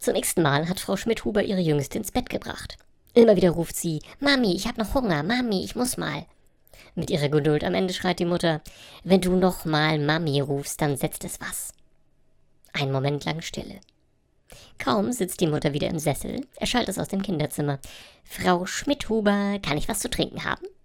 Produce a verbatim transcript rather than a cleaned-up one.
Zum x-ten Mal hat Frau Schmidhuber ihre Jüngste ins Bett gebracht. Immer wieder ruft sie: »Mami, ich hab noch Hunger, Mami, ich muss mal.« Mit ihrer Geduld am Ende schreit die Mutter: »Wenn du noch mal Mami rufst, dann setzt es was.« Ein Moment lang Stille. Kaum sitzt die Mutter wieder im Sessel, erschallt es aus dem Kinderzimmer: »Frau Schmidhuber, kann ich was zu trinken haben?«